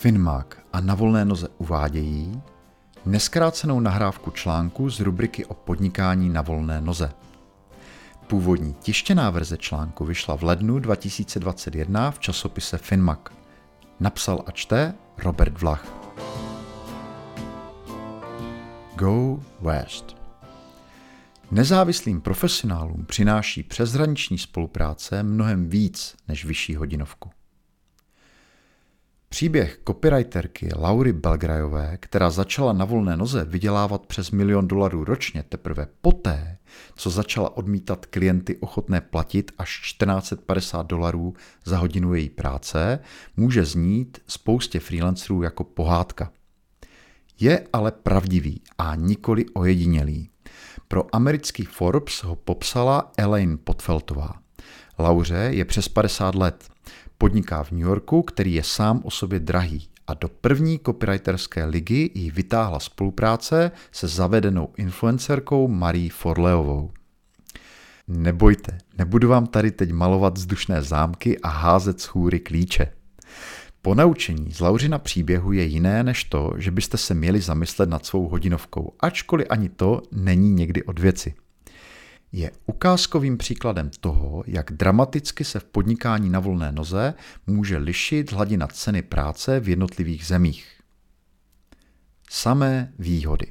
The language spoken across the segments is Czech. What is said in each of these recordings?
Finmag a Na volné noze uvádějí nezkrácenou nahrávku článku z rubriky o podnikání na volné noze. Původní tištěná verze článku vyšla v lednu 2021 v časopise Finmag. Napsal a čte Robert Vlach. Go West. Nezávislým profesionálům přináší přeshraniční spolupráce mnohem víc než vyšší hodinovku. Příběh copywriterky Laury Belgrajové, která začala na volné noze vydělávat přes $1 000 000 ročně teprve poté, co začala odmítat klienty ochotné platit až $1450 za hodinu její práce, může znít spoustě freelancerů jako pohádka. Je ale pravdivý a nikoli ojedinělý. Pro americký Forbes ho popsala Elaine Potfeltová. Lauře je přes 50 let. Podniká v New Yorku, který je sám o sobě drahý, a do první copywriterské ligy ji vytáhla spolupráce se zavedenou influencerkou Marie Forleovou. Nebojte, nebudu vám tady teď malovat vzdušné zámky a házet z hůry klíče. Ponaučení z Lauřina příběhu je jiné než to, že byste se měli zamyslet nad svou hodinovkou, ačkoliv ani to není někdy od věci. Je ukázkovým příkladem toho, jak dramaticky se v podnikání na volné noze může lišit hladina ceny práce v jednotlivých zemích. Samé výhody.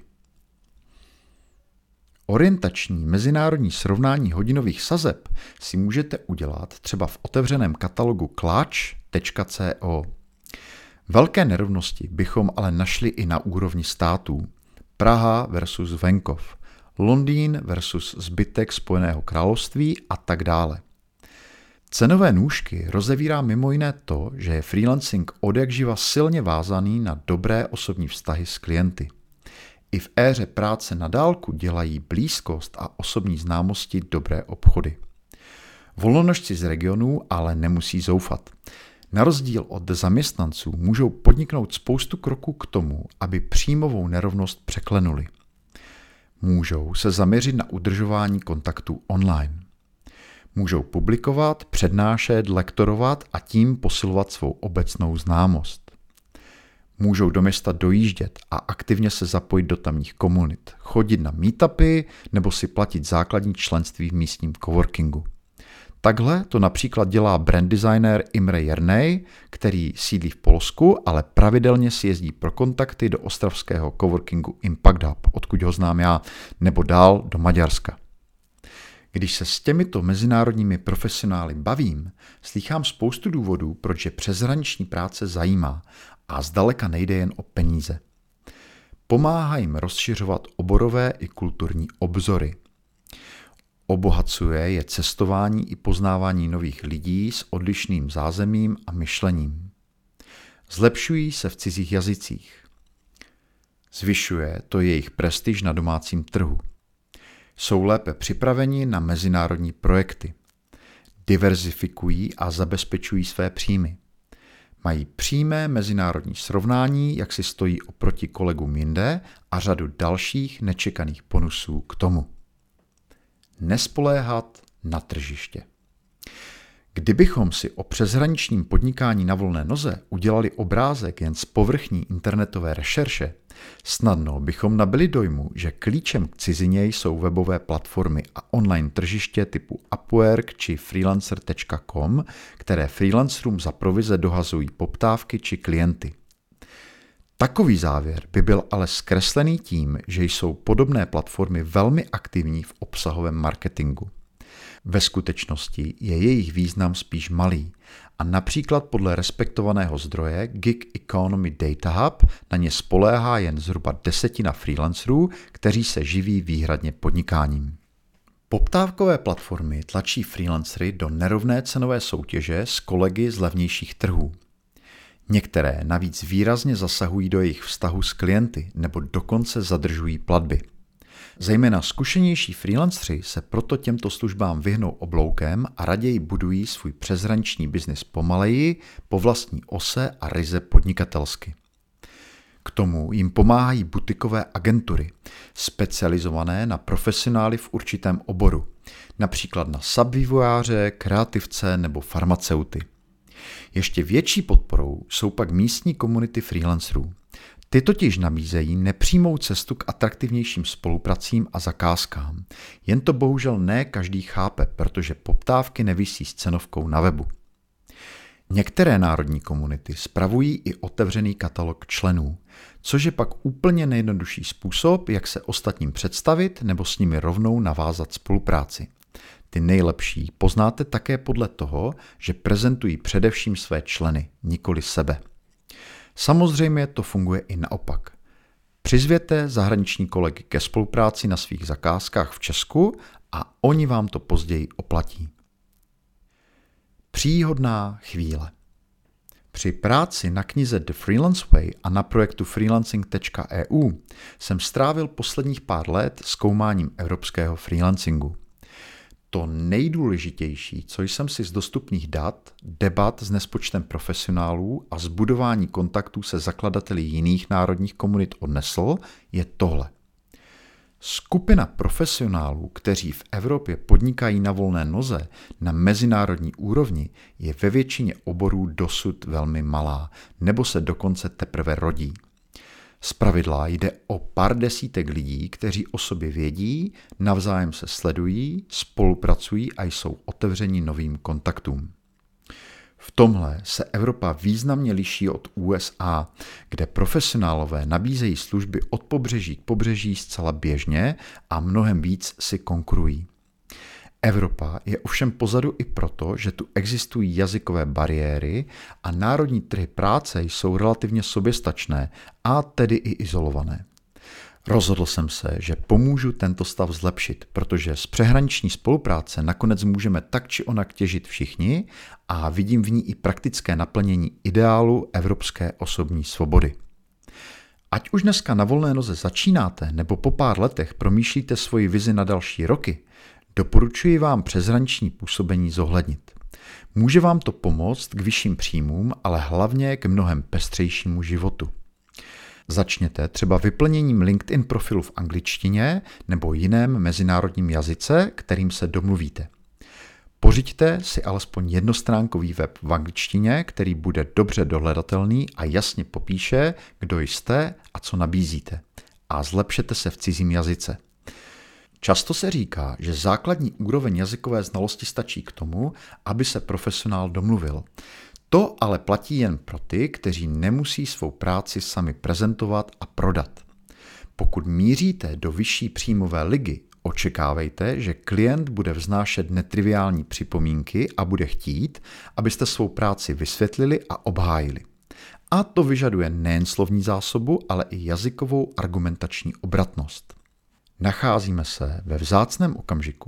Orientační mezinárodní srovnání hodinových sazeb si můžete udělat třeba v otevřeném katalogu clutch.co. Velké nerovnosti bychom ale našli i na úrovni států. Praha versus venkov, Londýn versus zbytek Spojeného království a tak dále. Cenové nůžky rozevírá mimo jiné to, že je freelancing odjakživa silně vázaný na dobré osobní vztahy s klienty. I v éře práce na dálku dělají blízkost a osobní známosti dobré obchody. Volnonožci z regionů ale nemusí zoufat. Na rozdíl od zaměstnanců můžou podniknout spoustu kroků k tomu, aby příjmovou nerovnost překlenuli. Můžou se zaměřit na udržování kontaktů online. Můžou publikovat, přednášet, lektorovat a tím posilovat svou obecnou známost. Můžou do města dojíždět a aktivně se zapojit do tamních komunit, chodit na meetupy nebo si platit základní členství v místním coworkingu. Takhle to například dělá brand designer Imre Jernej, který sídlí v Polsku, ale pravidelně si jezdí pro kontakty do ostravského coworkingu Impact Hub, odkud ho znám já, nebo dál do Maďarska. Když se s těmito mezinárodními profesionály bavím, slýchám spoustu důvodů, proč je přeshraniční práce zajímá a zdaleka nejde jen o peníze. Pomáhá jim rozšiřovat oborové i kulturní obzory. Obohacuje je cestování i poznávání nových lidí s odlišným zázemím a myšlením. Zlepšují se v cizích jazycích. Zvyšuje to jejich prestiž na domácím trhu. Jsou lépe připraveni na mezinárodní projekty. Diverzifikují a zabezpečují své příjmy. Mají přímé mezinárodní srovnání, jak si stojí oproti kolegům jinde, a řadu dalších nečekaných bonusů k tomu. Nespoléhat na tržiště. Kdybychom si o přeshraničním podnikání na volné noze udělali obrázek jen z povrchní internetové rešerše, snadno bychom nabyli dojmu, že klíčem k cizině jsou webové platformy a online tržiště typu Upwork či freelancer.com, které freelancerům za provize dohazují poptávky či klienty. Takový závěr by byl ale zkreslený tím, že jsou podobné platformy velmi aktivní v obsahovém marketingu. Ve skutečnosti je jejich význam spíš malý a například podle respektovaného zdroje Gig Economy Data Hub na ně spoléhá jen zhruba 10% freelancerů, kteří se živí výhradně podnikáním. Poptávkové platformy tlačí freelancery do nerovné cenové soutěže s kolegy z levnějších trhů. Některé navíc výrazně zasahují do jejich vztahu s klienty nebo dokonce zadržují platby. Zejména zkušenější freelanceri se proto těmto službám vyhnou obloukem a raději budují svůj přeshraniční biznis pomaleji, po vlastní ose a ryze podnikatelsky. K tomu jim pomáhají butikové agentury, specializované na profesionály v určitém oboru, například na subvývojáře, kreativce nebo farmaceuty. Ještě větší podporou jsou pak místní komunity freelancerů. Ty totiž nabízejí nepřímou cestu k atraktivnějším spolupracím a zakázkám. Jen to bohužel ne každý chápe, protože poptávky nevisí s cenovkou na webu. Některé národní komunity spravují i otevřený katalog členů, což je pak úplně nejjednodušší způsob, jak se ostatním představit nebo s nimi rovnou navázat spolupráci. Ty nejlepší poznáte také podle toho, že prezentují především své členy, nikoli sebe. Samozřejmě to funguje i naopak. Přizvěte zahraniční kolegy ke spolupráci na svých zakázkách v Česku a oni vám to později oplatí. Příhodná chvíle. Při práci na knize The Freelance Way a na projektu freelancing.eu jsem strávil posledních pár let zkoumáním evropského freelancingu. To nejdůležitější, co jsem si z dostupných dat, debat s nespočtem profesionálů a zbudování kontaktů se zakladateli jiných národních komunit odnesl, je tohle. Skupina profesionálů, kteří v Evropě podnikají na volné noze na mezinárodní úrovni, je ve většině oborů dosud velmi malá, nebo se dokonce teprve rodí. Zpravidla jde o pár desítek lidí, kteří o sobě vědí, navzájem se sledují, spolupracují a jsou otevřeni novým kontaktům. V tomhle se Evropa významně liší od USA, kde profesionálové nabízejí služby od pobřeží k pobřeží zcela běžně a mnohem víc si konkurují. Evropa je ovšem pozadu i proto, že tu existují jazykové bariéry a národní trhy práce jsou relativně soběstačné a tedy i izolované. Rozhodl jsem se, že pomůžu tento stav zlepšit, protože z přeshraniční spolupráce nakonec můžeme tak či onak těžit všichni a vidím v ní i praktické naplnění ideálu evropské osobní svobody. Ať už dneska na volné noze začínáte nebo po pár letech promýšlíte svoji vizi na další roky, doporučuji vám přeshraniční působení zohlednit. Může vám to pomoct k vyšším příjmům, ale hlavně k mnohem pestřejšímu životu. Začněte třeba vyplněním LinkedIn profilu v angličtině nebo jiném mezinárodním jazyce, kterým se domluvíte. Pořiďte si alespoň jednostránkový web v angličtině, který bude dobře dohledatelný a jasně popíše, kdo jste a co nabízíte. A zlepšete se v cizím jazyce. Často se říká, že základní úroveň jazykové znalosti stačí k tomu, aby se profesionál domluvil. To ale platí jen pro ty, kteří nemusí svou práci sami prezentovat a prodat. Pokud míříte do vyšší příjmové ligy, očekávejte, že klient bude vznášet netriviální připomínky a bude chtít, abyste svou práci vysvětlili a obhájili. A to vyžaduje nejen slovní zásobu, ale i jazykovou argumentační obratnost. Nacházíme se ve vzácném okamžiku.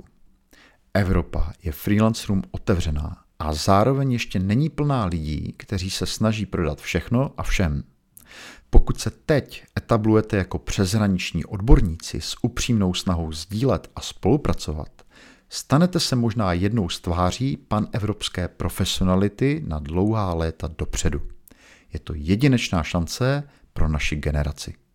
Evropa je freelancerům otevřená a zároveň ještě není plná lidí, kteří se snaží prodat všechno a všem. Pokud se teď etablujete jako přeshraniční odborníci s upřímnou snahou sdílet a spolupracovat, stanete se možná jednou z tváří panevropské profesionality na dlouhá léta dopředu. Je to jedinečná šance pro naši generaci.